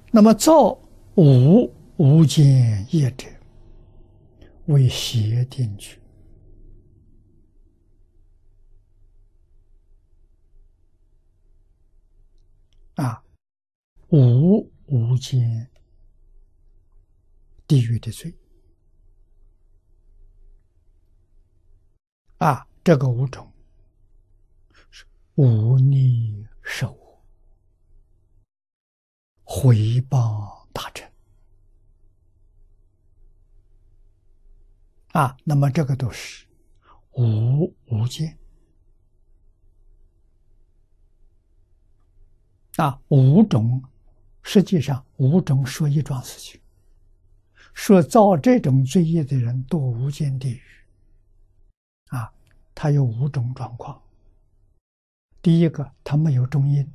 那么造无间业者，为邪定举。无间地狱的罪这个五种是无逆受回报大乘那么这个都是无间五种，实际上五种说一桩事情，说造这种罪业的人堕无间地狱他有五种状况。第一个，他没有中阴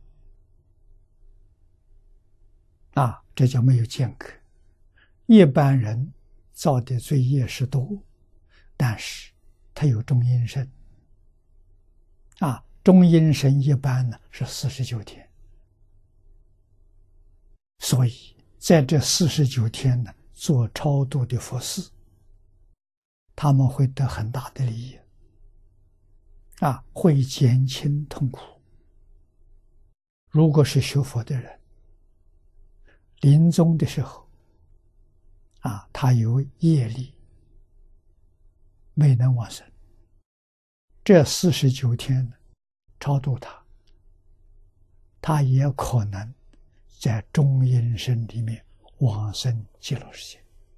这叫没有间隔。一般人造的罪业是多，但是他有中阴身中阴身一般呢是49天，所以在这49天呢做超度的佛事，他们会得很大的利益会减轻痛苦。如果是学佛的人，临终的时候他有业力没能往生，这49天呢超度他也可能在中阴身里面往生极乐世界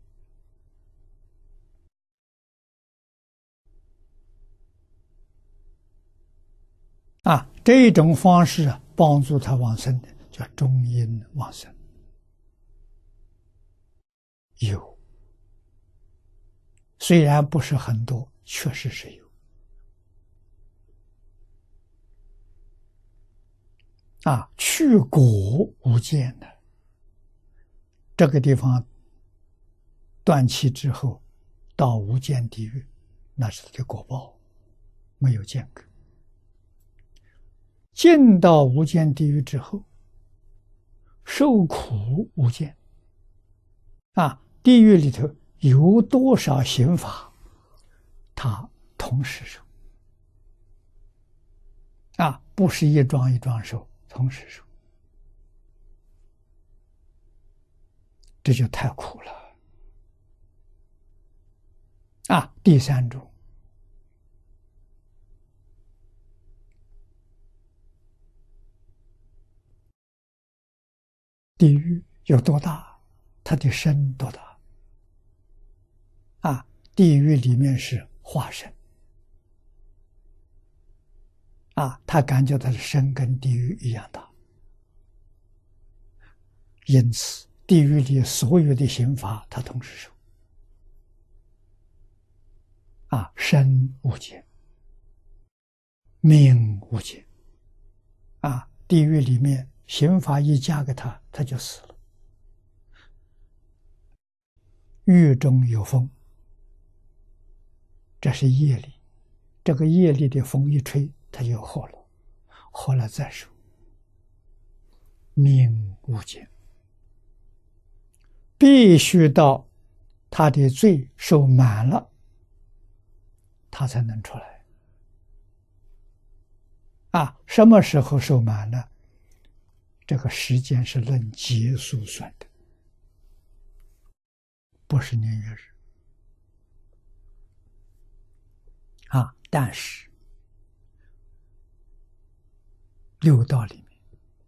这种方式帮助他往生的叫中阴往生。有，虽然不是很多，确实是有去果无间的这个地方断气之后到无间地狱，那是他的果报，没有间隔。进到无间地狱之后，受苦无间地狱里头有多少刑罚，他同时受不是一桩一桩受，同时受，这就太苦了第三种，地狱有多大，它的身多大地狱里面是化身他感觉他的身跟地狱一样大，因此地狱里所有的刑罚他同时受身无间，命无间地狱里面刑罚一加给他，他就死了。狱中有风，这是业力，这个业力的风一吹，他就活了，活了再受。命无间，必须到他的罪受满了，他才能出来什么时候受满呢？这个时间是论劫数算的，不是年月日但是六道里面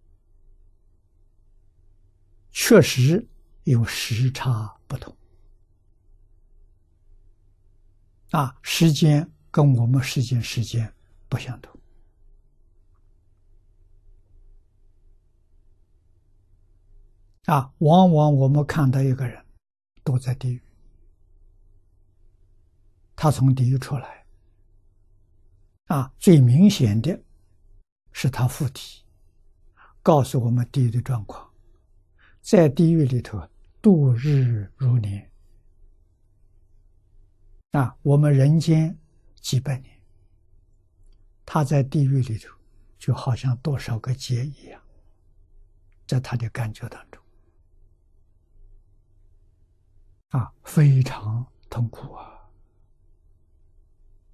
确实有时差不同时间跟我们时间不相同往往我们看到一个人都在地狱，他从地狱出来最明显的是他附体，告诉我们地狱的状况，在地狱里头度日如年我们人间几百年，他在地狱里头就好像多少个劫一样，在他的感觉当中非常痛苦。